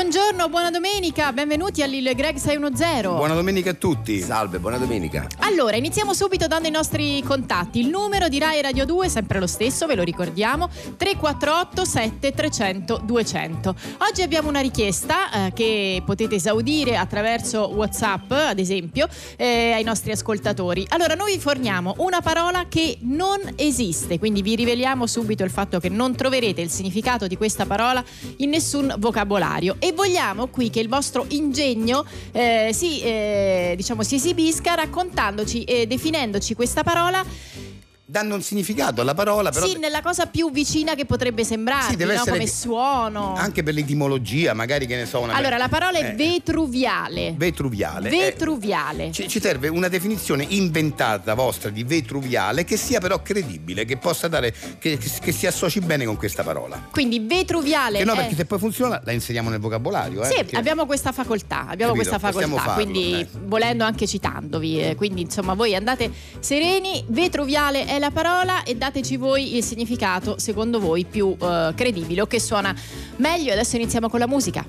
Buongiorno, buona domenica, benvenuti all'Il Greg 610. Buona domenica a tutti. Salve, buona domenica. Allora, iniziamo subito dando i nostri contatti. Il numero di Rai Radio 2 è sempre lo stesso, ve lo ricordiamo, 348 7300 200. Oggi abbiamo una richiesta che potete esaudire attraverso WhatsApp, ad esempio, ai nostri ascoltatori. Allora, noi vi forniamo una parola che non esiste, quindi vi riveliamo subito il fatto che non troverete il significato di questa parola in nessun vocabolario e vogliamo qui che il vostro ingegno si esibisca raccontandoci e definendoci questa parola, dando un significato alla parola, però sì, nella cosa più vicina che potrebbe sembrarvi, sì, deve essere come suono, anche per l'etimologia, magari, che ne so. Allora, la parola è vetruviale. Vetruviale. Ci serve una definizione inventata vostra di vetruviale che sia però credibile, che possa dare, che si associ bene con questa parola. Quindi vetruviale che no, perché se poi funziona la inseriamo nel vocabolario. Sì, perché abbiamo questa facoltà, farlo, quindi volendo anche citandovi, quindi insomma voi andate sereni. Vetruviale è la parola e dateci voi il significato secondo voi più credibile o che suona meglio. Adesso iniziamo con la musica.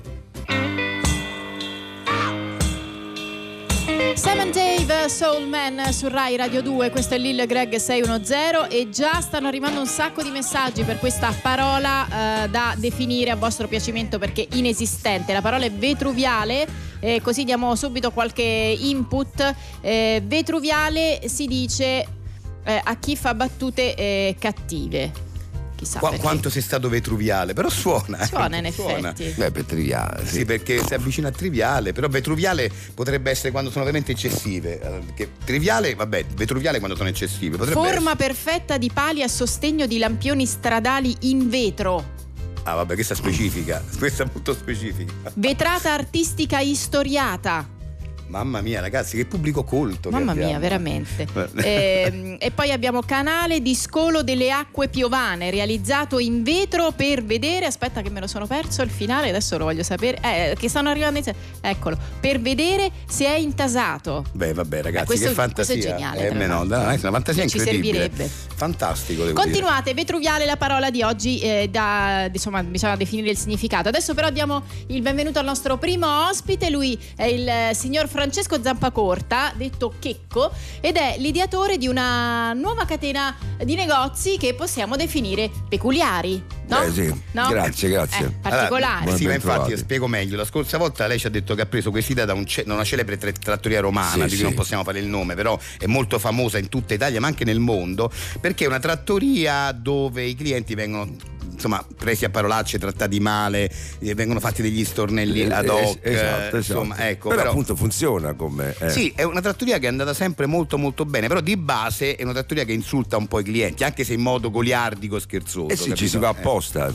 Sam and Dave, Soul Man su Rai Radio 2, questo è Lil Greg 610 e già stanno arrivando un sacco di messaggi per questa parola da definire a vostro piacimento perché inesistente. La parola è vetruviale, così diamo subito qualche input. Vetruviale si dice a chi fa battute cattive. Quanto sei stato vetruviale, però suona in effetti. Per triviale, sì, perché si avvicina a triviale, però vetruviale potrebbe essere quando sono veramente eccessive, perché triviale, vetruviale quando sono eccessive forma essere. Perfetta di pali a sostegno di lampioni stradali in vetro. Questa specifica, questa è molto specifica. Vetrata artistica istoriata. Mamma mia, ragazzi, che pubblico colto. Mamma mia, veramente. E poi abbiamo canale di scolo delle acque piovane, realizzato in vetro per vedere. Aspetta, che me lo sono perso il finale, adesso lo voglio sapere. Che stanno arrivando. Eccolo, per vedere se è intasato. Ragazzi, questo, che fantasia. Questo è geniale. È una fantasia incredibile. Ci servirebbe. Fantastico. Continuate, vetruviale la parola di oggi. Insomma, bisogna definire il significato. Adesso però diamo il benvenuto al nostro primo ospite. Lui è il signor Francesco Zampacorta, detto Checco, ed è l'ideatore di una nuova catena di negozi che possiamo definire peculiari, no? Sì. No? Grazie. Particolari. Sì, ma infatti spiego meglio. La scorsa volta lei ci ha detto che ha preso quest'idea da una celebre trattoria romana, di cui non possiamo fare il nome, però è molto famosa in tutta Italia, ma anche nel mondo, perché è una trattoria dove i clienti vengono presi a parolacce, trattati male, vengono fatti degli stornelli ad hoc. Esatto. Insomma, ecco, però appunto funziona come. Sì, è una trattoria che è andata sempre molto molto bene, però di base è una trattoria che insulta un po' i clienti, anche se in modo goliardico, scherzoso. Sì, ci si va apposta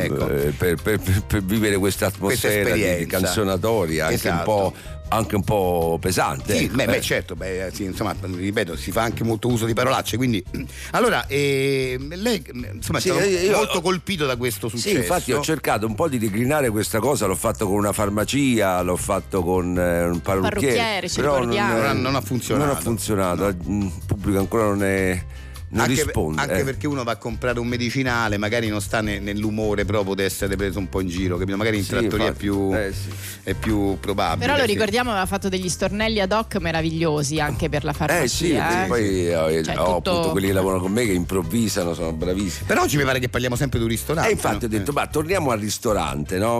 per vivere questa atmosfera di canzonatoria, anche un po' pesante. Sì, certo, ripeto, si fa anche molto uso di parolacce, quindi allora lei è molto colpito da questo successo. Sì, infatti ho cercato un po' di declinare questa cosa, l'ho fatto con una farmacia, l'ho fatto con un parrucchiere, però non ha funzionato. Non ha funzionato, il pubblico ancora non risponde. Anche perché uno va a comprare un medicinale, magari non sta nell'umore proprio di essere preso un po' in giro, capito? Magari in trattoria è più probabile. Però lo ricordiamo, aveva fatto degli stornelli ad hoc meravigliosi anche per la farmacia. Poi ho appunto quelli che lavorano con me che improvvisano, sono bravissimi. Però oggi mi pare che parliamo sempre di un ristorante. Infatti ho detto, torniamo al ristorante, no?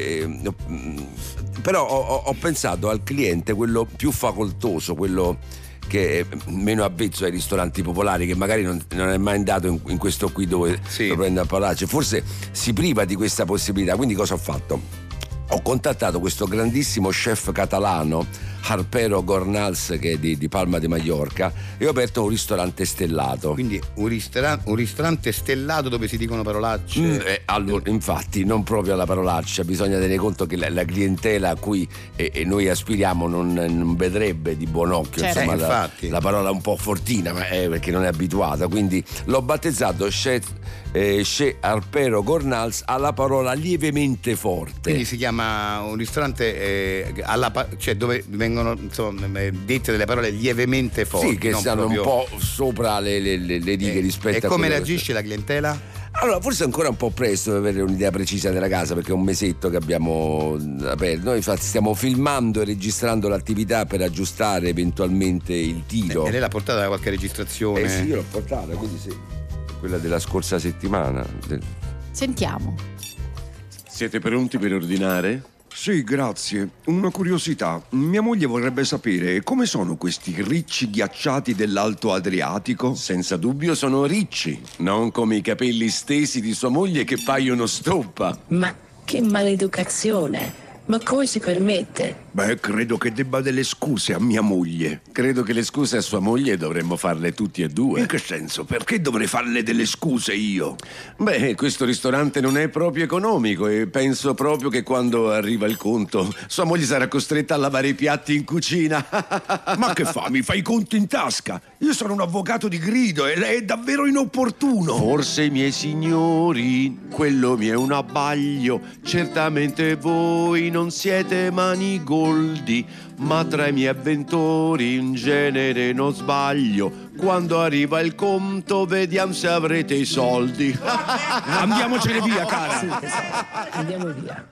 Però ho pensato al cliente, quello più facoltoso, quello che è meno avvezzo ai ristoranti popolari, che magari non è mai andato in questo qui dove lo prende a parolacce, forse si priva di questa possibilità. Quindi cosa ho fatto? Ho contattato questo grandissimo chef catalano, Harpero Gornals, che è di Palma de Mallorca, e ho aperto un ristorante stellato. Quindi un ristorante stellato dove si dicono parolacce? Allora, infatti, non proprio alla parolaccia, bisogna tenere conto che la clientela a cui noi aspiriamo non vedrebbe di buon occhio, certo. Insomma, la parola un po' fortina, perché non è abituata. Quindi l'ho battezzato Chef Harpero Gornals alla parola lievemente forte. Quindi si chiama un ristorante dove vengono dette delle parole lievemente forti. Sì, che stanno proprio un po' sopra le righe rispetto a. E come reagisce la clientela? Allora, forse è ancora un po' presto per avere un'idea precisa della casa, perché è un mesetto che abbiamo aperto. Noi infatti stiamo filmando e registrando l'attività per aggiustare eventualmente il tiro. E lei l'ha portata da qualche registrazione? Sì, io l'ho portata, quindi sì. Quella della scorsa settimana. Sentiamo. Siete pronti per ordinare? Sì, grazie. Una curiosità. Mia moglie vorrebbe sapere come sono questi ricci ghiacciati dell'Alto Adriatico? Senza dubbio sono ricci, non come i capelli stesi di sua moglie che paiono stoppa. Ma che maleducazione! Ma come si permette? Beh, credo che debba delle scuse a mia moglie. Credo che le scuse a sua moglie dovremmo farle tutti e due. In che senso? Perché dovrei farle delle scuse io? Beh, questo ristorante non è proprio economico e penso proprio che quando arriva il conto sua moglie sarà costretta a lavare i piatti in cucina. Ma che fa? Mi fai i conti in tasca? Io sono un avvocato di grido e lei è davvero inopportuno. Forse, miei signori, quello mi è un abbaglio. Certamente voi non siete manigoldi, ma tra i miei avventori in genere non sbaglio. Quando arriva il conto vediamo se avrete i soldi. Andiamocene via, cara. Sì, esatto. Andiamo via.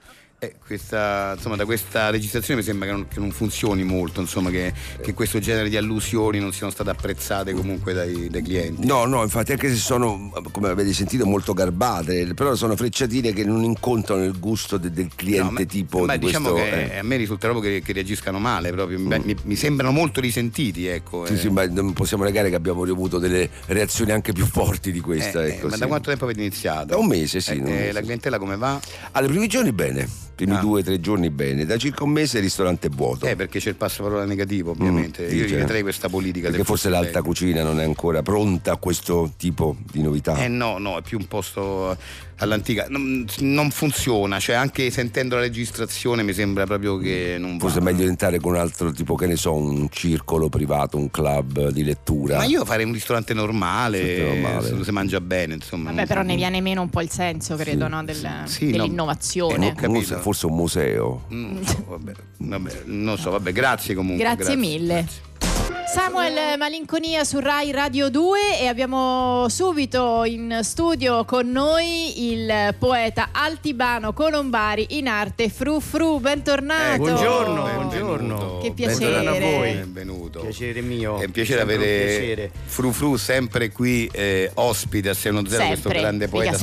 Insomma, da questa registrazione mi sembra che non funzioni molto, insomma, che questo genere di allusioni non siano state apprezzate comunque dai clienti. No, infatti, anche se sono, come avete sentito, molto garbate, però sono frecciatine che non incontrano il gusto del cliente tipo ma di diciamo questo. Che a me risulta proprio che reagiscano male, proprio. Mi sembrano molto risentiti, ecco. Sì, ma non possiamo negare che abbiamo ricevuto delle reazioni anche più forti di questa. Ecco, ma da quanto tempo avete iniziato? Da un mese, sì. Un mese. La clientela come va? Alle primi giorni bene. Primi 2 o 3 giorni bene, da circa un mese il ristorante è vuoto. Perché c'è il passaparola negativo, ovviamente. Io rivedrei questa politica. Perché forse l'alta cucina non è ancora pronta a questo tipo di novità. No, è più un posto all'antica. Non funziona, cioè anche sentendo la registrazione mi sembra proprio che non forse va. è meglio entrare con un altro tipo, che ne so, un circolo privato, un club di lettura. Ma io farei un ristorante normale. Si mangia bene, insomma. Vabbè, però ne viene meno un po' il senso, credo, no? Dell'innovazione. Forse un museo. Vabbè, non so, grazie comunque. Grazie mille. Grazie. Samuel Malinconia su Rai Radio 2 e abbiamo subito in studio con noi il poeta Altibano Colombari, in arte Fru Fru. Bentornato. Buongiorno. Che piacere. Bentornato a voi. Benvenuto. Piacere mio. È un piacere avere Fru Fru sempre qui ospite a 610, questo grande poeta.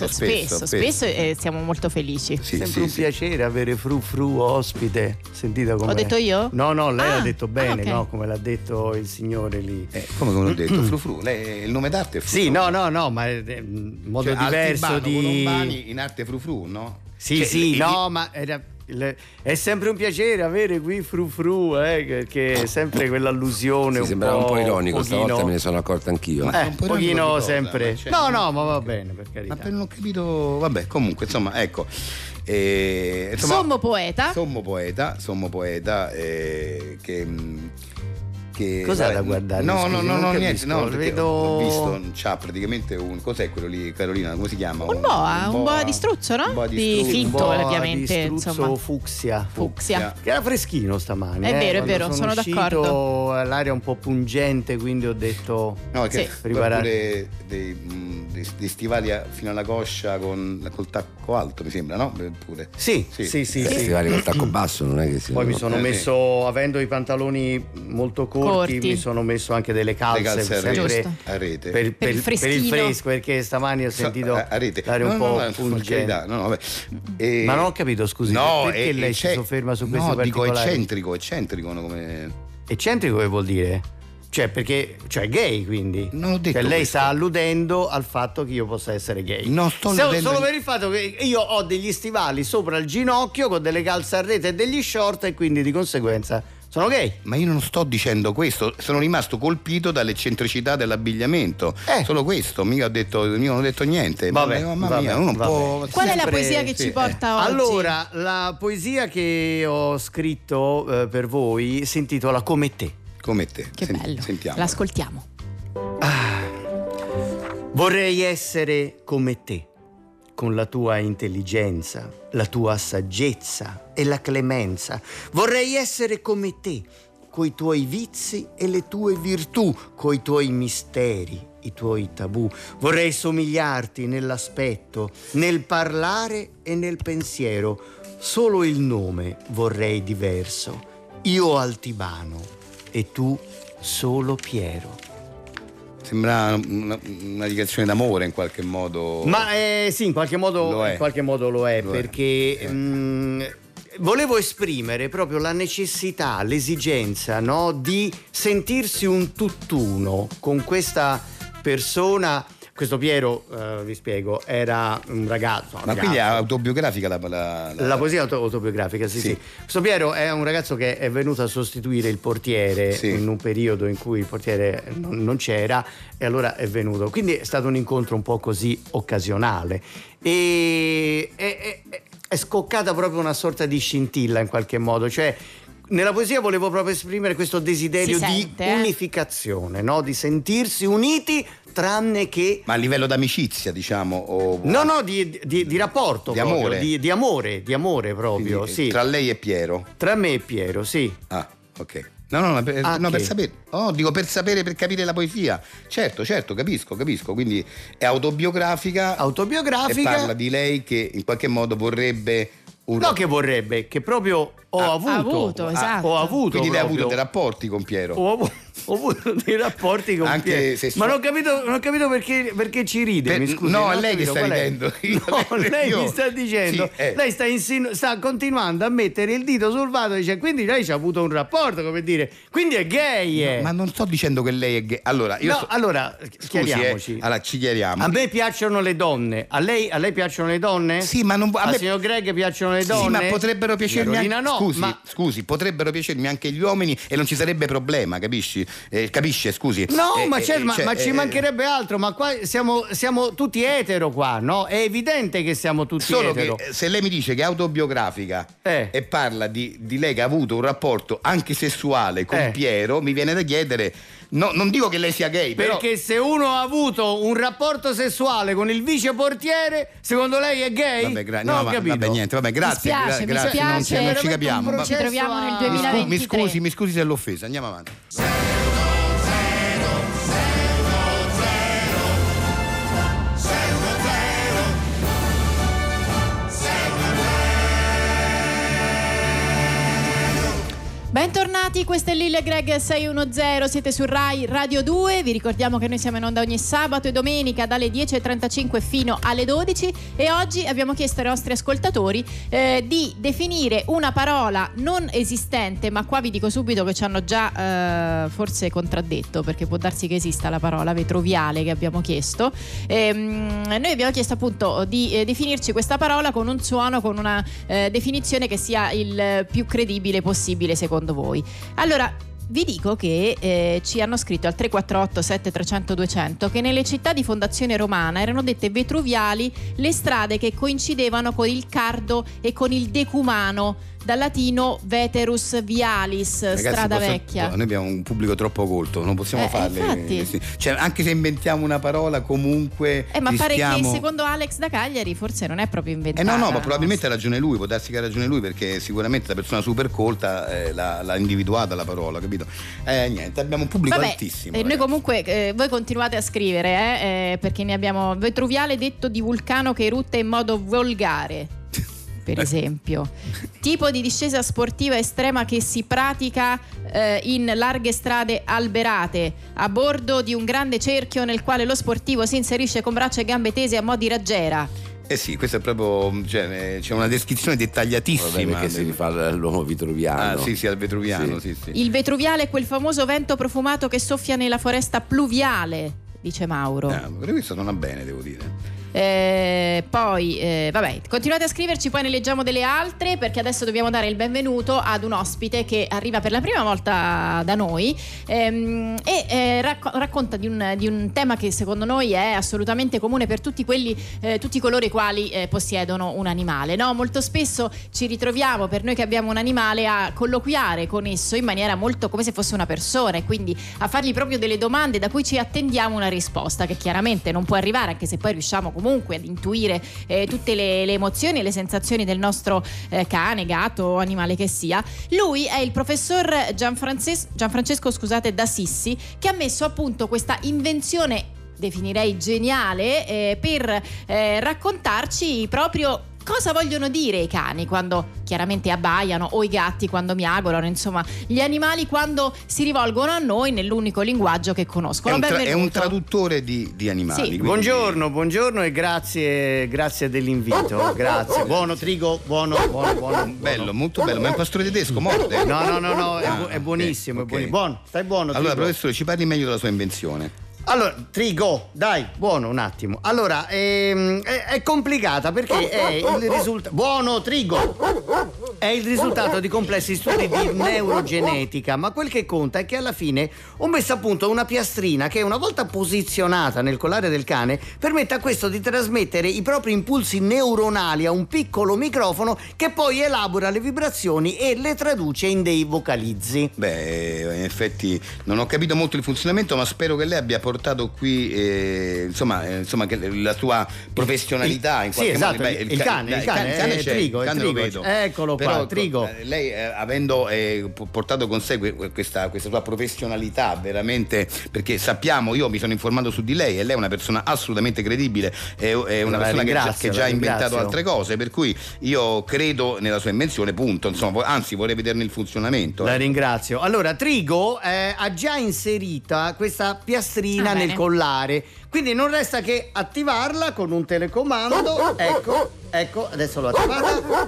Spesso siamo molto felici. Sempre un piacere avere Fru Fru ospite. Sentita come. Ho detto io? No, lei ha detto bene, okay. No, come l'ha detto il signore lì. Come ho detto, Fru Fru. Lei, il nome d'arte è Fru Fru. Sì, no, ma è un modo diverso Altibano, di Colombani, in arte Fru Fru, no? Sì, ma è sempre un piacere avere qui Fru Fru, perché è sempre quell'allusione. Sì, sembrava un po' ironico, stavolta me ne sono accorto anch'io. Un pochino sempre. No, ma va bene, per carità. Ma non ho capito. Vabbè, comunque, insomma, ecco. Sommo poeta che cos'è da guardare? No, niente, vedo. Ho visto, c'ha praticamente cos'è quello lì, Carolina, come si chiama? Un boa di struzzo, no? Di finto, ovviamente, di struzzo, insomma. fucsia. Che era freschino stamani. È vero, sono d'accordo. L'aria un po' pungente, quindi ho detto che preparare dei stivali fino alla coscia col tacco alto, mi sembra, no? Pure. Sì. Stivali col tacco basso, non è che poi mi sono messo, avendo i pantaloni molto corti, mi sono messo anche delle calze a rete per il fresco, perché stamani ho sentito l'aria un po' pungente. Ma non ho capito, scusi, perché lei si sofferma su questi particolari? Dico eccentrico come... Eccentrico che vuol dire? Cioè, perché gay, quindi non ho detto lei sta alludendo al fatto che io possa essere gay. Non sto alludendo solo per il fatto che io ho degli stivali sopra il ginocchio con delle calze a rete e degli short, e quindi di conseguenza sono gay. Ma io non sto dicendo questo, sono rimasto colpito dall'eccentricità dell'abbigliamento. Solo questo, mica non ho detto niente. Vabbè, Qual è la poesia che ci porta oggi? Allora, la poesia che ho scritto per voi si intitola Come te. Come te. Che bello. Sentiamo. L'ascoltiamo. Vorrei essere come te, con la tua intelligenza, la tua saggezza e la clemenza. Vorrei essere come te, coi tuoi vizi e le tue virtù, coi tuoi misteri, i tuoi tabù. Vorrei somigliarti nell'aspetto, nel parlare e nel pensiero. Solo il nome vorrei diverso. Io Altibano e tu solo Piero. Sembra una dichiarazione d'amore in qualche modo. Ma sì, in qualche modo lo è, perché volevo esprimere proprio la necessità, l'esigenza, no, di sentirsi un tutt'uno con questa persona. Questo Piero, vi spiego, era un ragazzo. Ma quindi è autobiografica la poesia autobiografica, sì. Questo Piero è un ragazzo che è venuto a sostituire il portiere in un periodo in cui il portiere non c'era, e allora è venuto. Quindi è stato un incontro un po' così occasionale. E è scoccata proprio una sorta di scintilla in qualche modo, cioè nella poesia volevo proprio esprimere questo desiderio di unificazione, no? Di sentirsi uniti, tranne che... Ma a livello d'amicizia, diciamo? No, di rapporto. Di proprio, amore? Di amore proprio. Quindi, sì. Tra lei e Piero? Tra me e Piero, sì. Ah, ok. No, per sapere. Dico per sapere, per capire la poesia. Certo, capisco. Quindi è autobiografica. E parla di lei che in qualche modo vorrebbe... che proprio ho avuto. Esatto. Quindi lei ha avuto dei rapporti con Piero. Ho avuto dei rapporti con Piero. Ma non ho capito perché ci ride. Mi scusi, no, è lei che sta ridendo. No, lei mi sta dicendo. Lei sta continuando a mettere il dito sul vaso e dice: quindi lei ci ha avuto un rapporto, come dire. Quindi è gay. No, ma non sto dicendo che lei è gay. Allora, chiariamoci. Allora, ci chiariamo. A me piacciono le donne. A lei piacciono le donne? Sì, ma non al signor Greg piacciono le donne? Sì, ma potrebbero piacermi anche... no. Scusi, potrebbero piacermi anche gli uomini e non ci sarebbe problema, capisci? Capisce, scusi? No, ma ci mancherebbe altro, ma qua siamo tutti etero qua, no? È evidente che siamo tutti etero. Solo che se lei mi dice che è autobiografica e parla di lei che ha avuto un rapporto anche sessuale con Piero, mi viene da chiedere... No, non dico che lei sia gay, però... Perché se uno ha avuto un rapporto sessuale con il viceportiere, secondo lei è gay? Vabbè, niente, grazie. Mi spiace, non ci capiamo. Ci troviamo nel 2023. Mi scusi se l'ho offesa, andiamo avanti. Bentornati, questo è Lille Greg 610, siete su Rai Radio 2, vi ricordiamo che noi siamo in onda ogni sabato e domenica dalle 10.35 fino alle 12 e oggi abbiamo chiesto ai nostri ascoltatori di definire una parola non esistente, ma qua vi dico subito che ci hanno già forse contraddetto, perché può darsi che esista la parola vetruviale che abbiamo chiesto. Noi abbiamo chiesto appunto di definirci questa parola con un suono, con una definizione che sia il più credibile possibile secondo voi. Allora vi dico che ci hanno scritto al 348 7300 200 che nelle città di fondazione romana erano dette vetruviali le strade che coincidevano con il Cardo e con il Decumano, dal latino veterus vialis. Ragazzi, strada vecchia. Noi abbiamo un pubblico troppo colto, non possiamo farle. Infatti. Cioè, anche se inventiamo una parola, comunque. Ma pare che secondo Alex da Cagliari forse non è proprio inventata. No, ma probabilmente ha ragione lui, può darsi che ha ragione lui, perché sicuramente la persona super colta l'ha individuata la parola, capito? Niente, abbiamo un pubblico altissimo. Noi comunque voi continuate a scrivere, perché ne abbiamo vetruviale detto di vulcano che erutta in modo volgare. Per esempio, tipo di discesa sportiva estrema che si pratica in larghe strade alberate, a bordo di un grande cerchio nel quale lo sportivo si inserisce con braccia e gambe tese a mo' di raggiera. Sì, questo è proprio, c'è una descrizione dettagliatissima. Che si rifà all'uomo vitruviano. Sì, al vetruviano, sì. Il vetruviale è quel famoso vento profumato che soffia nella foresta pluviale, dice Mauro. Però questo non va bene, devo dire. Poi vabbè, continuate a scriverci, poi ne leggiamo delle altre, perché adesso dobbiamo dare il benvenuto ad un ospite che arriva per la prima volta da noi e racconta di un tema che secondo noi è assolutamente comune per tutti coloro i quali possiedono un animale, no? Molto spesso ci ritroviamo, per noi che abbiamo un animale, a colloquiare con esso in maniera molto come se fosse una persona, e quindi a fargli proprio delle domande da cui ci attendiamo una risposta che chiaramente non può arrivare, anche se poi riusciamo comunque ad intuire tutte le emozioni e le sensazioni del nostro cane, gatto o animale che sia. Lui è il professor Gianfrancesco D'Assisi, che ha messo a punto questa invenzione definirei geniale, per raccontarci proprio cosa vogliono dire i cani quando chiaramente abbaiano, o i gatti quando miagolano, insomma gli animali quando si rivolgono a noi nell'unico linguaggio che conoscono. È un traduttore di animali. Sì. Buongiorno e grazie dell'invito. Grazie. Buono Trigo, buono. Bello, molto bello, ma è un pastore tedesco, morde? No, è buonissimo, okay. È buonissimo. Buono, stai buono. Allora, Trigo. professore, ci parli meglio della sua invenzione. Allora, Trigo, dai, buono un attimo. Allora, è complicata perché è il risultato. Buono, Trigo! È il risultato di complessi studi di neurogenetica, ma quel che conta è che alla fine ho messo a punto una piastrina che, una volta posizionata nel collare del cane, permette a questo di trasmettere i propri impulsi neuronali a un piccolo microfono che poi elabora le vibrazioni e le traduce in dei vocalizzi. Beh, in effetti non ho capito molto il funzionamento, ma spero che lei abbia portato qui insomma che la sua professionalità in qualche esatto, modo. Il cane c'è, Trigo, il cane lo vedo. Eccolo però, qua, Trigo. Lei avendo portato con sé questa sua professionalità veramente, perché sappiamo, io mi sono informato su di lei e lei è una persona assolutamente credibile, è una persona che già ha inventato altre cose, per cui io credo nella sua invenzione, punto, insomma, anzi vorrei vederne il funzionamento. La ringrazio. Allora, Trigo ha già inserita questa piastrina nel collare, quindi non resta che attivarla con un telecomando. Ecco, adesso l'ho attivata.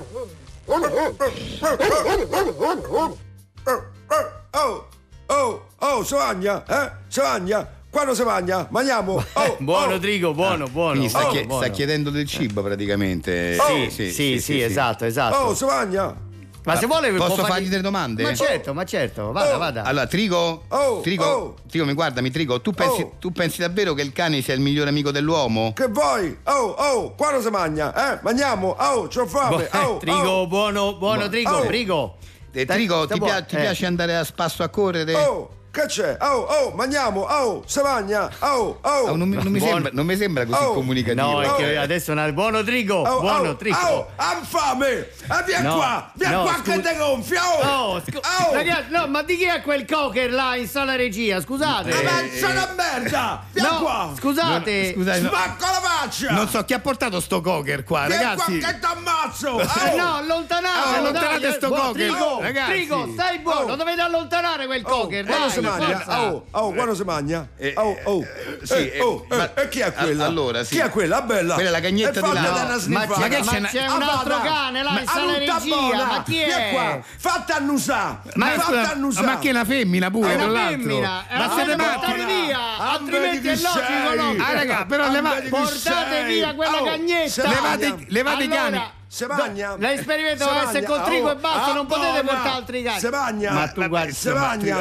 Si mangia? Quando si mangia? Mangiamo? Buono Trigo, buono. Quindi sta chiedendo del cibo praticamente. Sì, esatto. Si mangia? Ma se vuole posso fargli delle domande? Ma certo, vada. Allora, Trigo, mi guardami, Trigo, tu pensi davvero che il cane sia il migliore amico dell'uomo? Che vuoi? Quando si mangia? Mangiamo? C'ho fame. Trigo, buono, Trigo. Trigo, ti piace andare a spasso a correre? Che c'è? Mangiamo, si mangia, Non mi sembra così comunicativo. No, è che adesso buono Trigo, han fame! Vieni qua che te gonfia! Ragazzi, no, ma di chi è quel cocker là in sala regia? Scusate. Ma c'è una merda! Vieni qua! Scusate. Spacco la faccia! Non so chi ha portato sto cocker qua, ragazzi. Vieni qua che t'ammazzo! No, allontanate sto cocker. Ragazzi. Trigo, stai buono, dovete allontanare quel cocker. Quando si mangia? Quando si mangia? E chi è quella? Allora, sì. Chi è quella? Bella. Quella è la cagnetta di là. Ma c'è un altro cane là in sala regia. Ma chi è? Vieni qua, fatta annusà. Ma che è una femmina pure, tra l'altro. Ma siete portare via, altrimenti è logico, no? Raga, però portate via quella cagnetta. Levate i cani. Se magna. L'esperimento deve essere con Trigo e basta, non potete portare altri cani. Se magna. Ma tu guarda, se magna.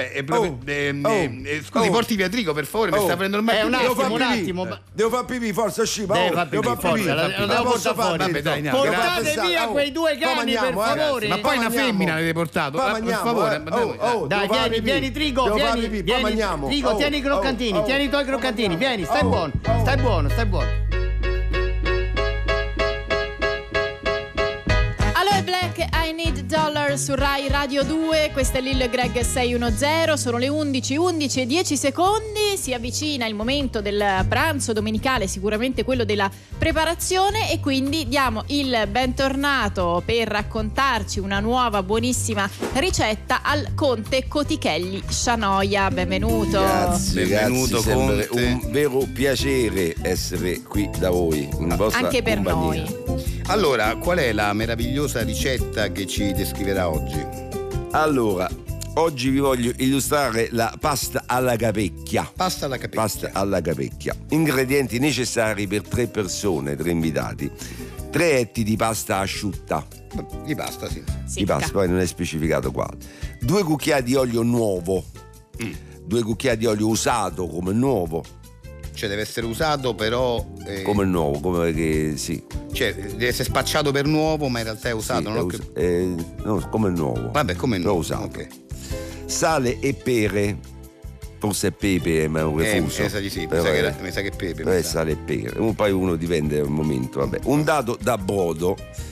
Scusi, porti via Trigo, per favore, mi sta prendendo il mezzo. Un attimo. Devo far pipì, forza, sciva. Devo far pipì, lo devo portare fuori. Vabbè, dai, portate via quei due cani, per favore. Ma poi una femmina l'avete portato, per favore. Dai, vieni Trigo, vieni. Trigo, tieni i croccantini, tieni i tuoi croccantini, vieni, stai buono. I Need Dollar su Rai Radio 2, questa è Lil Greg 610, sono le 11:11 e 10 secondi, si avvicina il momento del pranzo domenicale, sicuramente quello della preparazione, e quindi diamo il bentornato per raccontarci una nuova buonissima ricetta al Conte Cotichelli Scianoia. Benvenuto. Benvenuto, Conte. Un vero piacere essere qui da voi, in vostra anche per compagnia. noi. Allora, qual è la meravigliosa ricetta che ci descriverà oggi? Allora, oggi vi voglio illustrare la pasta alla capecchia. Pasta alla capecchia. Ingredienti necessari per 3 persone, 3 invitati. 3 etti di pasta asciutta. Di pasta, sì. Di pasta, poi non è specificato quale. 2 cucchiai di olio nuovo. 2 cucchiai di olio usato come nuovo. Cioè deve essere usato però come nuovo, come che sì. Cioè deve essere spacciato per nuovo, ma in realtà è usato, sì, no, come nuovo. Vabbè, come nuovo. Usato. Okay. Sale e pepe. Forse è pepe, ma è un refuso. Mi sa che pepe. Sale e pepe. Poi uno dipende dal momento, vabbè. Un dado da brodo.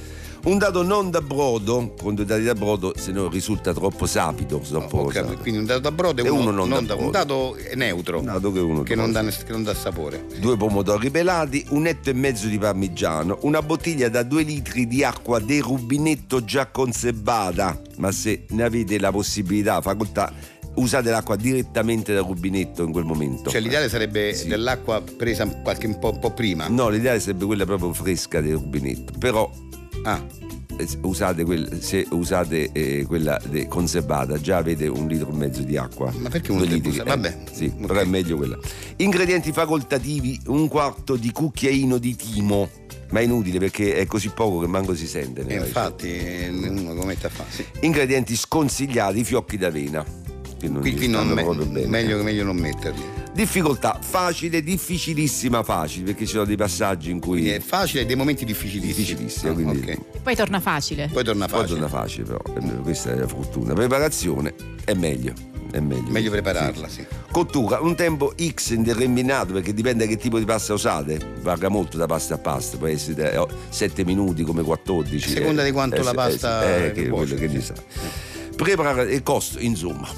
Un dado non da brodo, con 2 dadi da brodo, se no risulta troppo sapido. Quindi un dado da brodo e uno non da brodo. Un dado neutro, che non dà sapore. 2 pomodori pelati, 1 etto e mezzo di parmigiano, una bottiglia da 2 litri di acqua del rubinetto già conservata, ma se ne avete la possibilità, facoltà, usate l'acqua direttamente dal rubinetto in quel momento. Cioè l'ideale sarebbe dell'acqua presa un po' prima? No, l'ideale sarebbe quella proprio fresca del rubinetto, però usate quella conservata, già avete 1,5 litri di acqua. Ma perché 1 litro? Vabbè, sì, okay. Però è meglio quella. Ingredienti facoltativi: 1/4 di cucchiaino di timo, ma è inutile perché è così poco che manco si sente. Infatti, uno come mette a fare? Sì. Ingredienti sconsigliati: fiocchi d'avena. Qui meglio non metterli. Difficoltà: facile, difficilissima, facile, perché ci sono dei passaggi in cui è facile e dei momenti difficilissimi. Quindi okay. Poi torna facile. Poi torna facile, però questa è la fortuna. Preparazione è meglio. Meglio prepararla, sì. Cottura: un tempo X indeterminato, perché dipende da che tipo di pasta usate. Varia molto da pasta a pasta, può essere 7 minuti come 14. A seconda di quanto la pasta che ne sa. Preparare il costo, insomma.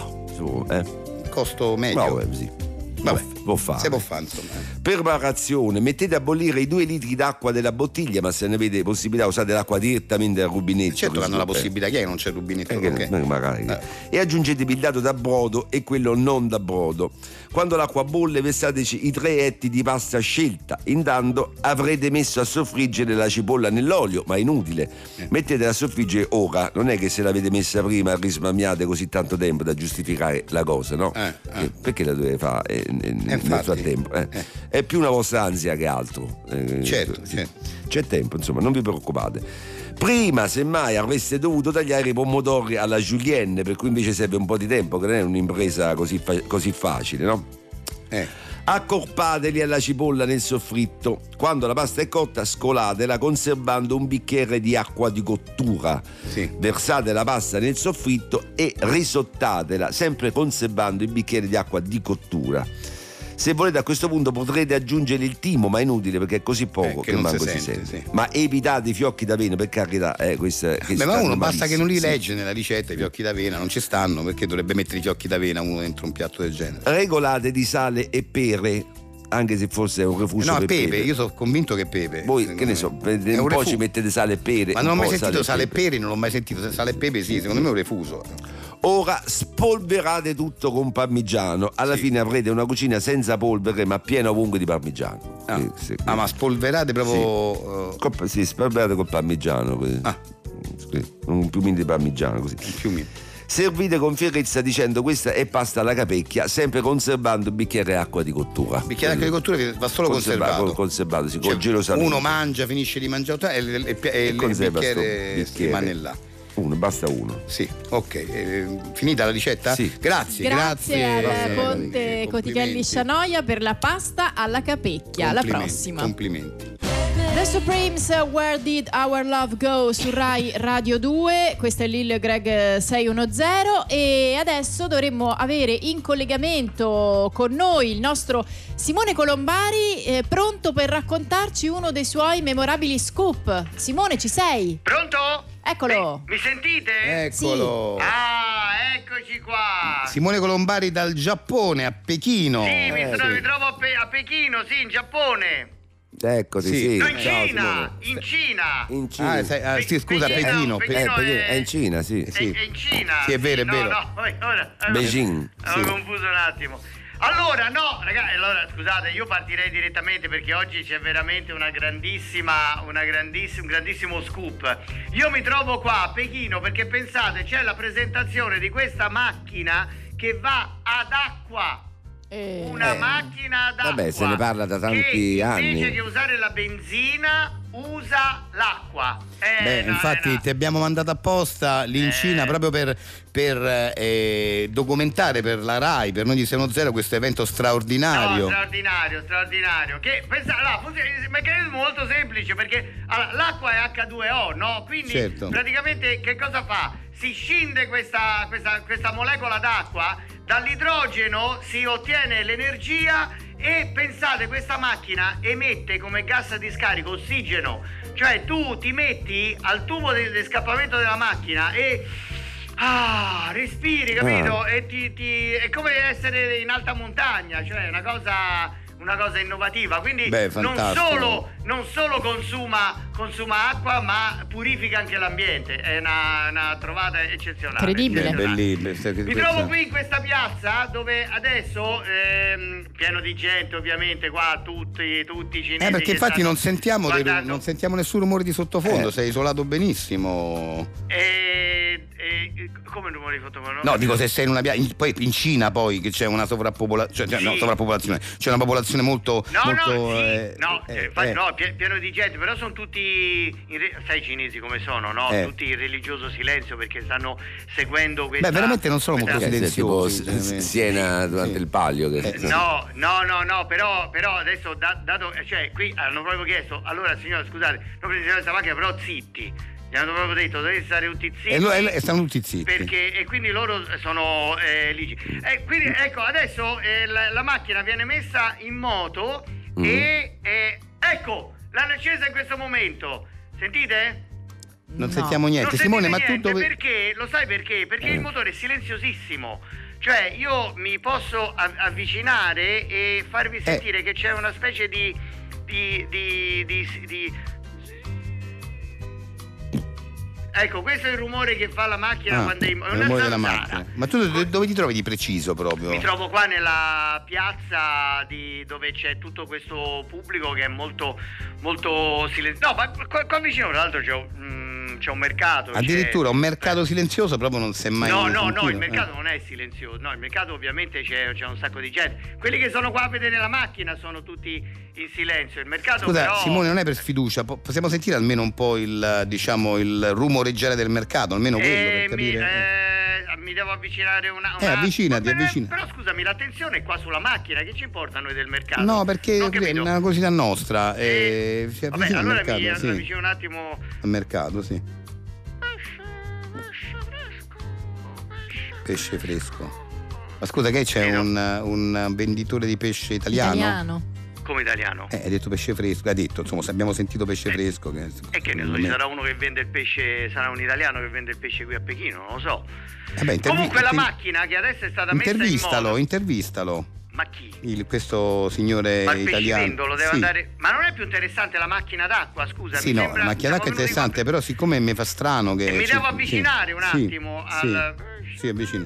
Costo medio. Sì. Vabbè, può fare. Se può fare, insomma. Preparazione: mettete a bollire i 2 litri d'acqua della bottiglia, ma se ne avete possibilità usate l'acqua direttamente dal rubinetto. Certo che hanno la possibilità, chi è che non c'è il rubinetto? Magari. E aggiungete il dato da brodo e quello non da brodo. Quando l'acqua bolle versateci i 3 etti di pasta scelta. Intanto avrete messo a soffriggere la cipolla nell'olio, ma è inutile. Mettetela a soffriggere ora, non è che se l'avete messa prima risparmiate così tanto tempo da giustificare la cosa, no? Perché la dovete fare nel frattempo? È più una vostra ansia che altro. Certo. C'è tempo, insomma, non vi preoccupate. Prima, semmai, avreste dovuto tagliare i pomodori alla julienne, per cui invece serve un po' di tempo, che non è un'impresa così facile, no? Accorpateli alla cipolla nel soffritto. Quando la pasta è cotta, scolatela conservando un bicchiere di acqua di cottura. Versate la pasta nel soffritto e risottatela, sempre conservando il bicchiere di acqua di cottura. Se volete, a questo punto potrete aggiungere il timo, ma è inutile perché è così poco che manco si sente. Sì. Ma evitate i fiocchi d'avena, per carità. Ma uno basta che non li legge nella ricetta, i fiocchi d'avena non ci stanno, perché dovrebbe mettere i fiocchi d'avena uno dentro un piatto del genere. Regolate di sale e pere, anche se forse è un refuso. No, pepe, io sono convinto che pepe. Voi che ne so, un po' ci mettete sale e pere. Ma non ho mai sentito sale e pere, non l'ho mai sentito. Sale e pepe sì, secondo me è un refuso. Ora spolverate tutto con parmigiano. Alla fine avrete una cucina senza polvere, ma piena ovunque di parmigiano. Ma spolverate proprio. Sì, spolverate col parmigiano. Un piumino di parmigiano così. Servite con fierezza dicendo: questa è pasta alla capecchia, sempre conservando il bicchiere d'acqua di cottura. Il bicchiere d'acqua di cottura va solo conservato. Sì, gelosamente. Uno mangia, finisce di mangiare e il bicchiere rimane là. Basta uno. Sì, ok. Finita la ricetta? Sì. Grazie al Conte Cotichelli Scianoia per la pasta alla capecchia. Alla prossima. Complimenti. The Supremes, Where Did Our Love Go, su Rai Radio 2. Questo è Lil Greg 610 e adesso dovremmo avere in collegamento con noi il nostro Simone Colombari, pronto per raccontarci uno dei suoi memorabili scoop. Simone, ci sei? Pronto? Eccolo. Mi sentite? Eccolo. Sì. Eccoci qua. Simone Colombari dal Giappone, a Pechino. Sì, mi trovo a Pechino, sì, in Giappone. Eccoti, sì. No, in Cina. Sì, scusa, Pechino. È in Cina, sì. È in Cina. Sì, è vero, è vero. No, ora Beijing. Ho confuso un attimo. Allora, ragazzi, scusate, io partirei direttamente perché oggi c'è veramente un grandissimo scoop. Io mi trovo qua a Pechino perché pensate, c'è la presentazione di questa macchina che va ad acqua. Una macchina d'acqua. Vabbè, se ne parla da tanti anni. Invece che usare la benzina, usa l'acqua. Infatti ti abbiamo mandato apposta lì in Cina proprio per documentare per la Rai, per noi di 610 questo evento straordinario. Straordinario. Che è molto semplice perché l'acqua è H2O, no? Quindi praticamente che cosa fa? Si scinde questa molecola d'acqua, dall'idrogeno si ottiene l'energia E pensate, questa macchina emette come gas di scarico ossigeno, cioè tu ti metti al tubo di scappamento della macchina e respiri, capito? E è come essere in alta montagna, cioè una cosa innovativa, quindi non solo consuma acqua, ma purifica anche l'ambiente. È una trovata eccezionale. Incredibile. Mi trovo qui in questa piazza dove adesso pieno di gente, ovviamente, qua tutti i cinesi. Perché infatti non sentiamo nessun rumore di sottofondo, sei isolato benissimo. Come rumore di sottofondo? No, dico, se sei in una piazza, poi in Cina poi che c'è una sovrappopolazione, c'è una popolazione molto pieno di gente, però sono tutti sai i cinesi come sono, no? Tutti in religioso silenzio perché stanno seguendo questa. Veramente non sono molto silenziosi, tipo Siena durante il Palio no, però adesso dato, cioè qui hanno proprio chiesto, allora signora scusate, non prendete questa macchina, però zitti. Gli hanno proprio detto dovete stare tutti zitti e stanno tutti zitti e quindi loro sono ligi. Quindi ecco, adesso la macchina viene messa in moto e ecco, l'hanno accesa in questo momento. Sentite? Non sentiamo niente. Simone, ma tu dove... Perché? Lo sai perché? Perché il motore è silenziosissimo. Cioè io mi posso avvicinare e farvi sentire che c'è una specie di ecco, questo è il rumore che fa la macchina quando è una rumore della macchina. Ma tu dove ti trovi di preciso proprio? Mi trovo qua nella piazza dove c'è tutto questo pubblico che è molto molto silenzioso. No, ma qua vicino tra l'altro c'è un mercato. Addirittura un mercato silenzioso proprio non si è mai No, il mercato non è silenzioso. No, il mercato ovviamente c'è un sacco di gente. Quelli che sono qua a vedere la macchina sono tutti in silenzio. Il mercato Scusa, però... Simone, non è per sfiducia, possiamo sentire almeno un po' il rumoreggiare del mercato, almeno quello per capire. Mi devo avvicinare avvicinati. Però scusami, l'attenzione è qua sulla macchina, che ci importa a noi del mercato? No, perché è una curiosità nostra. Vabbè, allora mi avvicino un attimo al mercato, sì. Pesce fresco. Ma scusa, che c'è un venditore di pesce italiano? Come italiano? Hai detto pesce fresco, hai detto, insomma, se abbiamo sentito pesce fresco. Che ne so, ci sarà uno che vende il pesce, sarà un italiano che vende il pesce qui a Pechino, non lo so. Comunque la macchina che adesso è stata messa in moto. Intervistalo. Ma chi? Questo signore ma il italiano. Pescivendolo deve andare. Ma non è più interessante la macchina d'acqua, scusa? Sì, la macchina d'acqua è interessante, però siccome mi fa strano che. Mi devo avvicinare un attimo al. Sì, avvicino.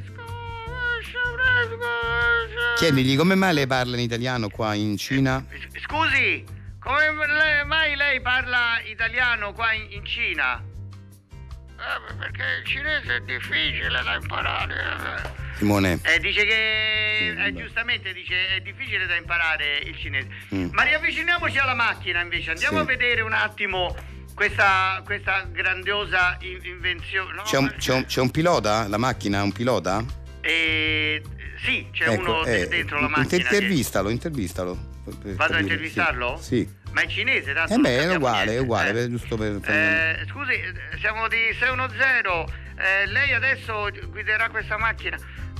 Chiedigli come mai lei parla in italiano qua in Cina? Scusi, come mai lei parla italiano qua in Cina? Perché il cinese è difficile da imparare. Simone. Dice che giustamente dice è difficile da imparare il cinese. Ma riavviciniamoci alla macchina invece, andiamo a vedere un attimo questa grandiosa invenzione. No? C'è un pilota? La macchina ha un pilota? Sì, c'è uno dentro la macchina. Intervistalo. Vado a intervistarlo? Sì. Ma è cinese, tanto è uguale, giusto per scusi, siamo di 610. Lei adesso guiderà questa macchina.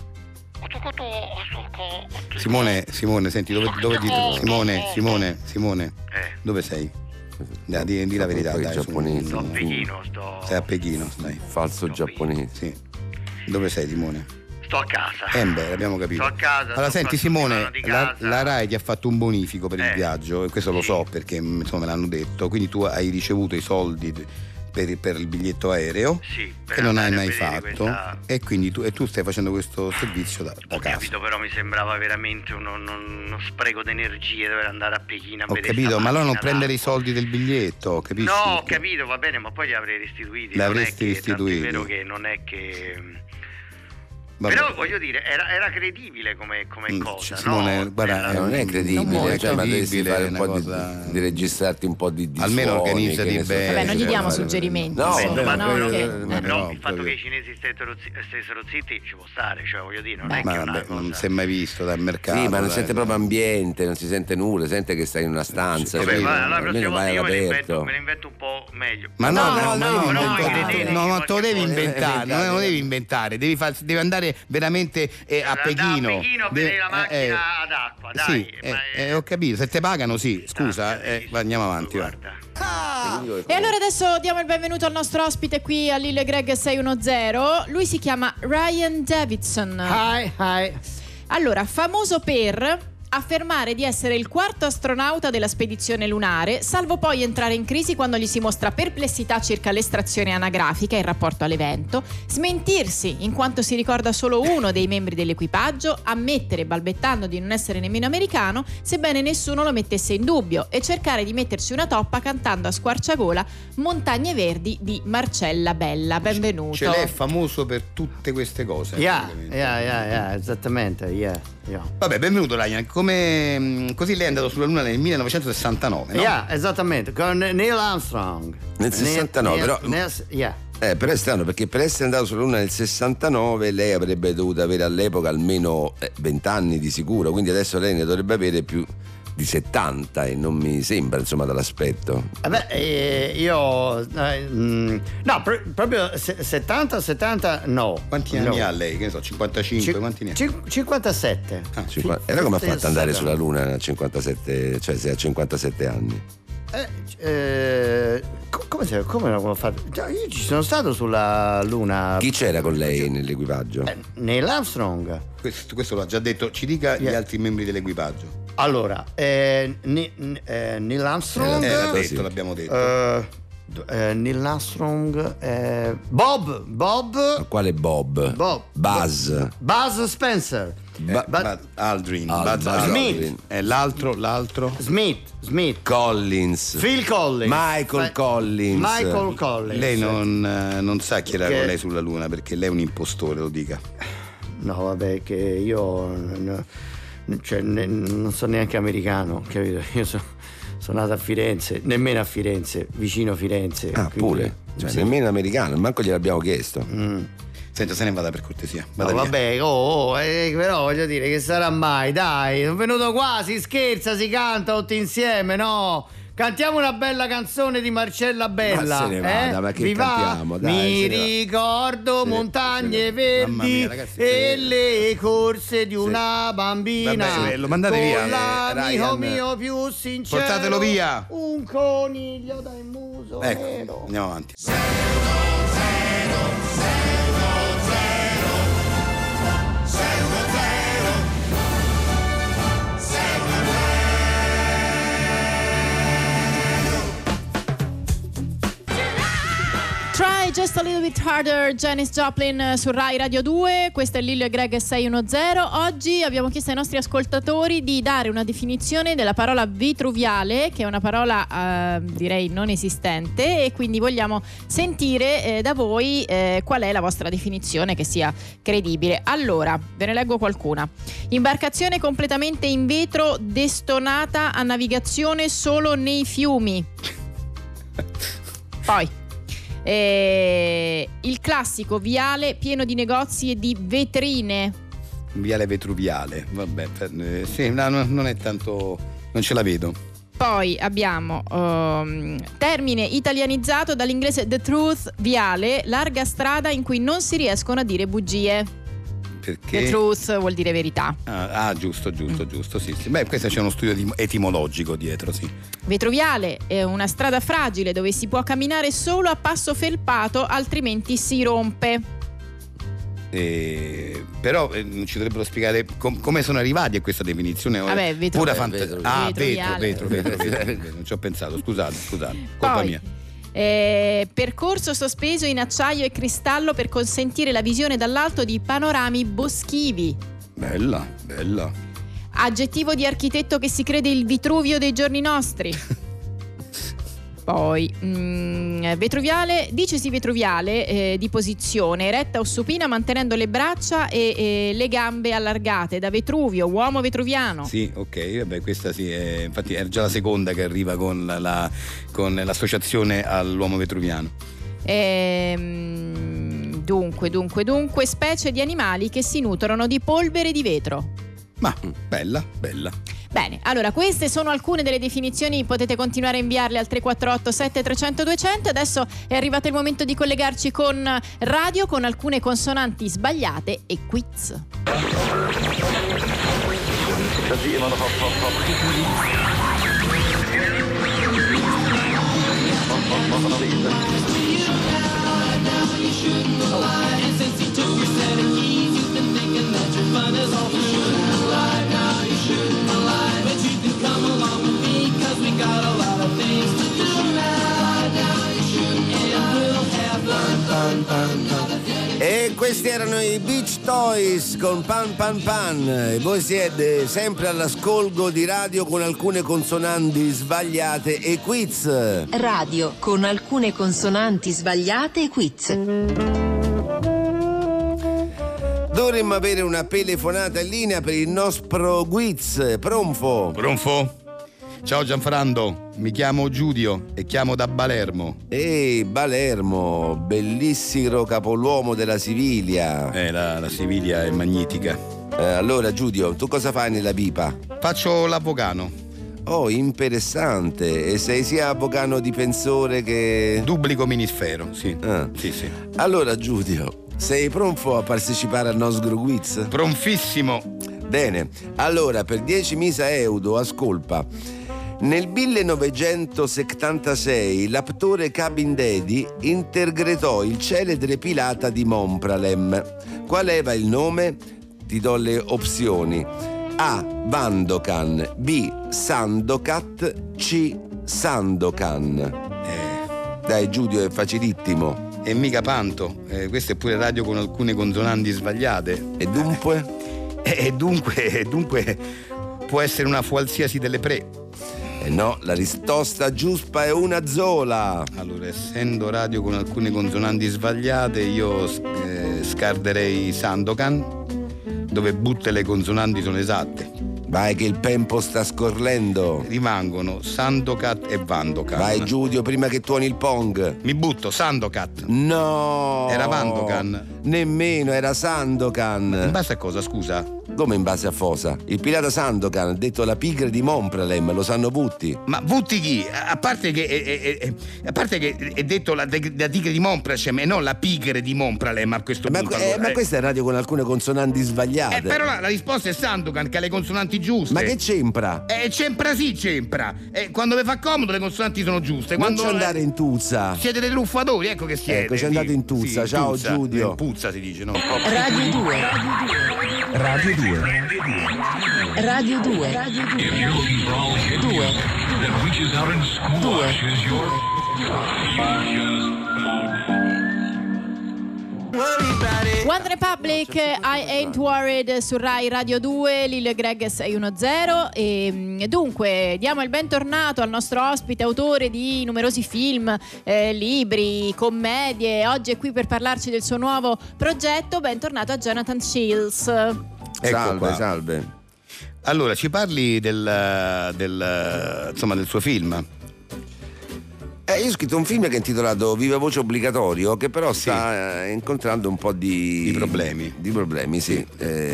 Simone, senti, dove Simone, dove sei? Di la verità, dai. Giapponese. Sto a Pechino, Sei a Pechino, stai. Falso giapponese. Sì. Dove sei, Simone? Sto a casa. Abbiamo capito. Sto a casa. Allora senti Simone, la RAI ti ha fatto un bonifico per il viaggio, e questo lo so perché insomma me l'hanno detto, quindi tu hai ricevuto i soldi per il biglietto aereo che non hai mai fatto e quindi tu stai facendo questo servizio da casa. Ho capito, però mi sembrava veramente uno spreco di energie dover andare a Pechino a vedere. Ho capito, ma allora non prendere i soldi del biglietto, capisci? No, ho capito, va bene, ma poi li avrei restituiti. L'avresti restituiti. È vero che non è che... Però voglio dire, era credibile come cosa, Simone, no? guarda, non è credibile, ma dovresti fare un po' di registrarti un po' di almeno organizzati bene. Vabbè, non gli diamo suggerimenti. No, però il fatto che i cinesi stessero zitti ci può stare, cioè voglio dire, non è che una cosa... non si è mai visto dal mercato. Sì, ma non sente proprio ambiente, non si sente nulla, sente che stai in una stanza. Allora la prossima volta io me ne invento un po' meglio. Ma no, ma te lo devi inventare, non devi inventare, devi andare andare veramente a Pechino. A Pechino per la macchina ad acqua, dai. Sì, ho capito, se te pagano sì, scusa, andiamo avanti. E allora adesso diamo il benvenuto al nostro ospite qui a Lille Greg 610. Lui si chiama Ryan Davidson. Hi. Allora, famoso per affermare di essere il quarto astronauta della spedizione lunare, salvo poi entrare in crisi quando gli si mostra perplessità circa l'estrazione anagrafica in rapporto all'evento, smentirsi in quanto si ricorda solo uno dei membri dell'equipaggio, ammettere balbettando di non essere nemmeno americano, sebbene nessuno lo mettesse in dubbio, e cercare di mettersi una toppa cantando a squarciagola Montagne Verdi di Marcella Bella. Benvenuto. Ce l'è famoso per tutte queste cose. Yeah, esattamente, yeah. Vabbè, benvenuto Ryan. Così lei è andato sulla Luna nel 1969, no? Yeah, esattamente, con Neil Armstrong. Nel 69, però però è strano, perché per essere andato sulla Luna nel 69 lei avrebbe dovuto avere all'epoca almeno 20 anni di sicuro, quindi adesso lei ne dovrebbe avere più di 70 e non mi sembra, insomma, dall'aspetto. Proprio 70 no. Quanti anni ha lei? Che ne so, 55, quanti ne ha? 57. Era come ha fatto andare sulla Luna a 57, cioè se ha 57 anni? Come l'ho fatto? Io ci sono stato sulla Luna. Chi c'era con lei nell'equipaggio? Neil Armstrong. Questo l'ha già detto, ci dica gli altri membri dell'equipaggio. Allora, Neil Armstrong. L'abbiamo detto. Neil Armstrong, Bob. Quale Bob? Buzz Spencer. Aldrin. Smith. L'altro? Smith. Collins. Phil Collins. Michael Collins. Lei non sa chi era con lei sulla Luna, perché lei è un impostore, lo dica. No, vabbè, che io non sono neanche americano, capito? Io sono nato a Firenze, nemmeno a Firenze, vicino Firenze. Pure? Cioè, sì. Nemmeno americano, manco gliel'abbiamo chiesto. Senta, se ne vada per cortesia. Vabbè, però voglio dire, che sarà mai? Dai, sono venuto qua, si scherza, si canta tutti insieme, no? Cantiamo una bella canzone di Marcella Bella. Ma se ne vada, ma che cantiamo? Dai, mi ricordo montagne verdi mia, ragazzi, e le corse di una bambina. Vabbè, lo mandate via. Con l'amico mio più sincero. Portatelo via. Un coniglio dal muso nero. Andiamo avanti. Try Just a Little Bit Harder, Janis Joplin su Rai Radio 2. Questo è Lillo e Greg 610. Oggi abbiamo chiesto ai nostri ascoltatori di dare una definizione della parola vitruviale, che è una parola direi non esistente, e quindi vogliamo sentire da voi qual è la vostra definizione che sia credibile. Allora, ve ne leggo qualcuna. Imbarcazione completamente in vetro, destinata a navigazione solo nei fiumi. Poi il classico viale pieno di negozi e di vetrine. Viale vetruviale, vabbè, sì, non è tanto, non ce la vedo. Poi abbiamo termine italianizzato dall'inglese the truth, viale, larga strada in cui non si riescono a dire bugie. Perché? The truth vuol dire verità. Giusto, sì. Beh, questo c'è uno studio etimologico dietro, sì. Vetroviale è una strada fragile dove si può camminare solo a passo felpato, altrimenti si rompe. Però ci dovrebbero spiegare come sono arrivati a questa definizione. Vabbè, pura fantasia. Vetro. Non ci ho pensato, scusate, colpa mia. Percorso sospeso in acciaio e cristallo per consentire la visione dall'alto di panorami boschivi. Bella. Aggettivo di architetto che si crede il Vitruvio dei giorni nostri. Poi vetruviale, dicesi vetruviale di posizione eretta o supina, mantenendo le braccia e le gambe allargate, da Vetruvio, uomo vetruviano. Sì, ok, vabbè, questa sì, infatti è già la seconda che arriva con l'associazione all'uomo vetruviano. Dunque, specie di animali che si nutrono di polvere di vetro. Ma bella. Bene, allora queste sono alcune delle definizioni, potete continuare a inviarle al 348 7300 200. Adesso è arrivato il momento di collegarci con radio, con alcune consonanti sbagliate e quiz. E questi erano i Beach Toys con Pan Pan Pan. E voi siete sempre all'ascolto di radio con alcune consonanti sbagliate e quiz. Radio con alcune consonanti sbagliate e quiz. Dovremmo avere una telefonata in linea per il nostro quiz. Pronfo? Pronfo? Ciao Gianfrando, mi chiamo Giudio e chiamo da Palermo. Ehi, Palermo, bellissimo capoluogo della Siviglia. La Siviglia è magnifica. Allora Giudio, tu cosa fai nella pipa? Faccio l'avvocano. Oh, interessante. E sei sia avvocano difensore che... Duplico ministero, sì. Sì. Allora Giudio, sei pronto a partecipare al nostro quiz? Pronfissimo. Bene, allora per 10.000 euro ascolta. Nel 1976 l'attore Cabin Daddy interpretò il celebre pirata di Montpralem. Qual era il nome? Ti do le opzioni: A. Vandokan, B. Sandokat, C. Sandokan. Dai Giudio, è facilissimo. E mica panto, questo è pure radio con alcune consonanti sbagliate. E dunque? E dunque può essere una qualsiasi delle tre. No, la risposta giusta è una sola. Allora, essendo radio con alcune consonanti sbagliate, io scarderei Sandokan, dove tutte le consonanti sono esatte. Vai che il tempo sta scorrendo. Rimangono Sandokat e Vandokan. Vai Giudio, prima che tuoni il pong. Mi butto, Sandokat. No! Era Vandokan. Nemmeno, era Sandokan. In base a cosa, scusa? Come in base a Fosa? Il pirata Sandokan, detto la pigre di Montpralem, lo sanno tutti. Ma tutti chi? A parte che è detto la tigre di Montpralem e non la pigre di Montpralem a questo punto. Ma questa è radio con alcune consonanti sbagliate. Però la risposta è Sandokan, che ha le consonanti giuste. Ma che c'empra? C'empra. Quando vi fa comodo le consonanti sono giuste. Non quando c'è andare in tuzza. Siete dei truffatori, ecco che siete. Ecco, c'è andato in tuzza. Ciao tuzza. Giudio. In puzza si dice, no? Radio 2. Radio 2. Radio 2. 2. 2. One Republic, I Ain't Worried su Rai Radio 2, Lil Greg 610. E dunque diamo il bentornato al nostro ospite, autore di numerosi film, libri, commedie. Oggi è qui per parlarci del suo nuovo progetto. Bentornato a Jonathan Shields. Ecco Salve. Allora, ci parli del suo film? Io ho scritto un film che è intitolato Viva Voce Obbligatorio, che però sta incontrando un po' di problemi, sì.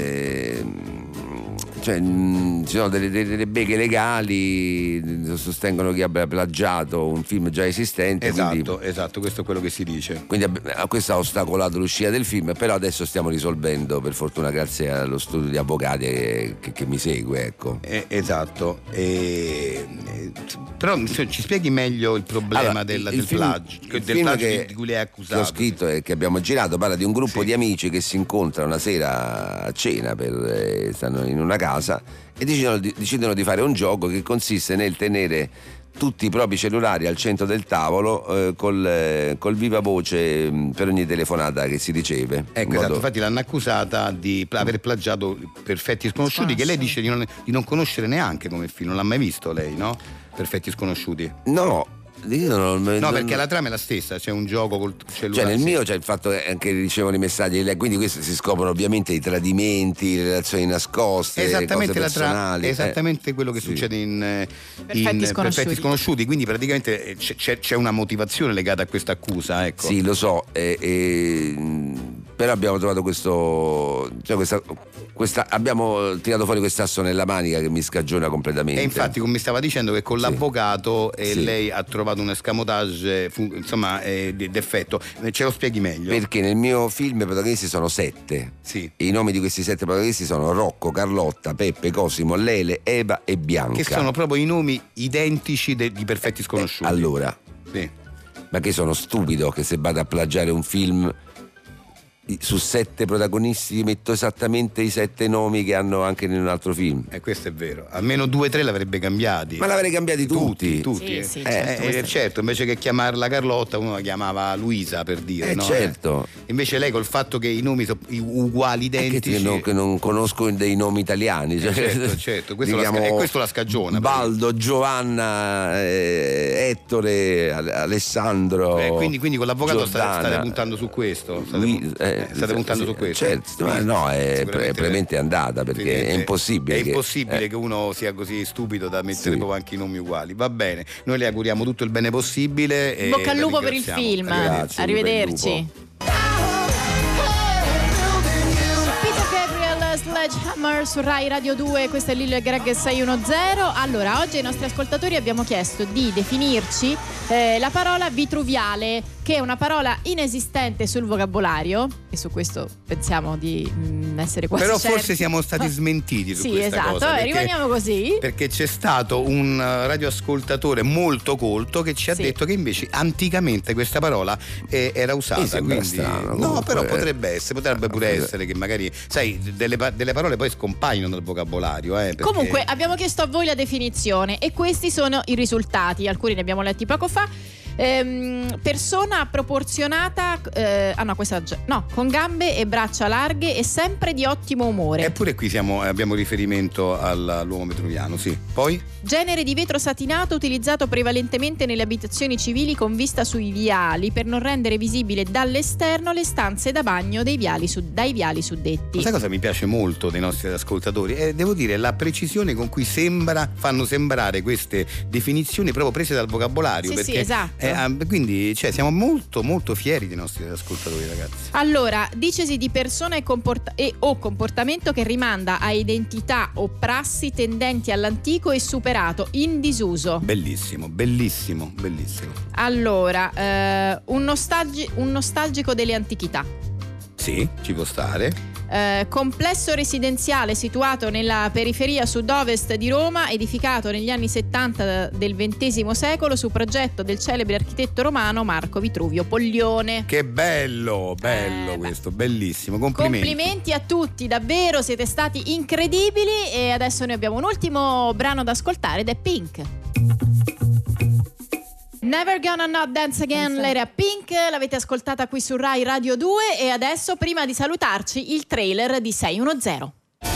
Cioè, ci sono delle beghe legali, sostengono che abbia plagiato un film già esistente. Esatto, questo è quello che si dice. Quindi questo ha ostacolato l'uscita del film, però adesso stiamo risolvendo, per fortuna, grazie allo studio di avvocati che mi segue, ecco. Esatto. Però ci spieghi meglio il problema del plagio di cui lei è accusato. Che ho scritto e che abbiamo girato parla di un gruppo di amici che si incontrano una sera a cena, stanno in una casa e decidono di fare un gioco che consiste nel tenere tutti i propri cellulari al centro del tavolo col viva voce per ogni telefonata che si riceve. Ecco, esatto, infatti l'hanno accusata di aver plagiato Perfetti Sconosciuti, che lei dice di non conoscere neanche come film, non l'ha mai visto lei, no? Perfetti Sconosciuti. No, perché la trama è la stessa, c'è un gioco col cellulare. Cioè nel mio c'è il fatto che anche ricevono i messaggi, quindi questi si scoprono ovviamente i tradimenti, le relazioni nascoste, esattamente cose personali. Esattamente quello che succede in Perfetti Sconosciuti, quindi praticamente c'è una motivazione legata a questa accusa, ecco. Sì, lo so, Però abbiamo trovato abbiamo tirato fuori quest'asso nella manica che mi scagiona completamente. E infatti, come mi stava dicendo, che con l'avvocato lei ha trovato un escamotage d'effetto. Ce lo spieghi meglio? Perché nel mio film i protagonisti sono 7. Sì. E i nomi di questi 7 protagonisti sono Rocco, Carlotta, Peppe, Cosimo, Lele, Eva e Bianca. Che sono proprio i nomi identici di perfetti sconosciuti. Allora, sì. Ma che sono stupido che se vado a plagiare un film su 7 protagonisti metto esattamente i 7 nomi che hanno anche in un altro film. Questo è vero. Almeno 2 o 3 l'avrebbe cambiati. Ma l'avrei cambiati tutti. Sì, certo, invece che chiamarla Carlotta uno la chiamava Luisa, per dire, no? Certo. Invece lei, col fatto che i nomi sono uguali, identici, che non conosco dei nomi italiani, certo. Questo la scagiona. Baldo, Giovanna, Ettore, Alessandro. Quindi con l'avvocato state puntando su questo. State puntando su questo? Certo, ma no, è probabilmente andata, perché è impossibile. È impossibile che uno sia così stupido da mettere proprio anche i nomi uguali. Va bene, noi le auguriamo tutto il bene possibile. Bocca al lupo per il film. Grazie, arrivederci. Sledgehammer su Rai Radio 2, questo è Lil Greg 610. Allora, oggi ai nostri ascoltatori abbiamo chiesto di definirci la parola vitruviale, che è una parola inesistente sul vocabolario, e su questo pensiamo di essere quasi Però certi. Forse siamo stati smentiti su questa esatto, cosa. Perché, rimaniamo così. Perché c'è stato un radioascoltatore molto colto che ci ha detto che invece anticamente questa parola era usata. Quindi, strano, no, però potrebbe pure essere che magari, sai, delle parole poi scompaiono dal vocabolario. Perché... Comunque abbiamo chiesto a voi la definizione e questi sono i risultati. Alcuni ne abbiamo letti poco fa. Persona proporzionata con gambe e braccia larghe e sempre di ottimo umore. Eppure qui abbiamo riferimento all'uomo vitruviano, sì. Poi? Genere di vetro satinato utilizzato prevalentemente nelle abitazioni civili con vista sui viali per non rendere visibile dall'esterno le stanze da bagno dai viali suddetti. Sai cosa mi piace molto dei nostri ascoltatori? Devo dire la precisione con cui fanno sembrare queste definizioni proprio prese dal vocabolario. Sì, esatto. Quindi siamo molto molto fieri dei nostri ascoltatori, ragazzi. Allora, dicesi di persona o comportamento che rimanda a identità o prassi tendenti all'antico e superato, in disuso. Bellissimo. Allora, un nostalgico delle antichità. Sì, ci può stare. Complesso residenziale situato nella periferia sud-ovest di Roma, edificato negli anni 70 del XX secolo su progetto del celebre architetto romano Marco Vitruvio Poglione. Che bello questo, bellissimo, complimenti a tutti, davvero siete stati incredibili. E adesso noi abbiamo un ultimo brano da ascoltare ed è Pink. Never Gonna Not Dance Again, lei era Pink, l'avete ascoltata qui su Rai Radio 2 e adesso, prima di salutarci, il trailer di 610.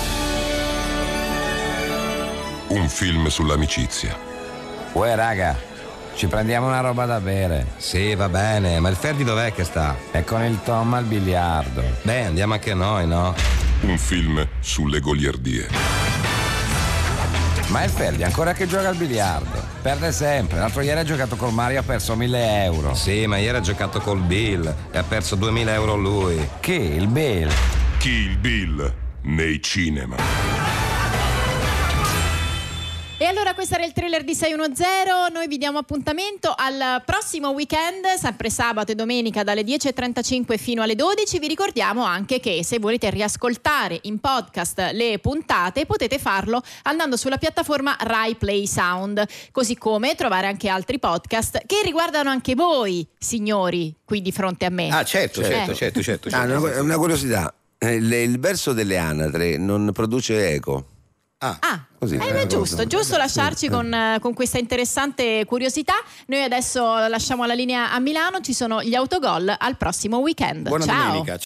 Un film sull'amicizia. Uè raga, ci prendiamo una roba da bere. Sì, va bene, ma il Ferdi dov'è che sta? È con il Tom al biliardo. Beh, andiamo anche noi, no? Un film sulle goliardie. Ma il Ferdi ancora che gioca al biliardo? Perde sempre. L'altro ieri ha giocato col Mario e ha perso 1.000 euro. Sì, ma ieri ha giocato col Bill e ha perso 2.000 euro lui. Chi? Il Bill? Kill Bill nei cinema. E allora questo era il trailer di 610, noi vi diamo appuntamento al prossimo weekend, sempre sabato e domenica dalle 10.35 fino alle 12. Vi ricordiamo anche che se volete riascoltare in podcast le puntate potete farlo andando sulla piattaforma Rai Play Sound, così come trovare anche altri podcast che riguardano anche voi, signori, qui di fronte a me. Ah, certo. Una curiosità, il verso delle anatre non produce eco. Così, è giusto lasciarci con questa interessante curiosità. Noi adesso lasciamo la linea a Milano, ci sono gli autogol al prossimo weekend. Buona ciao. Domenica.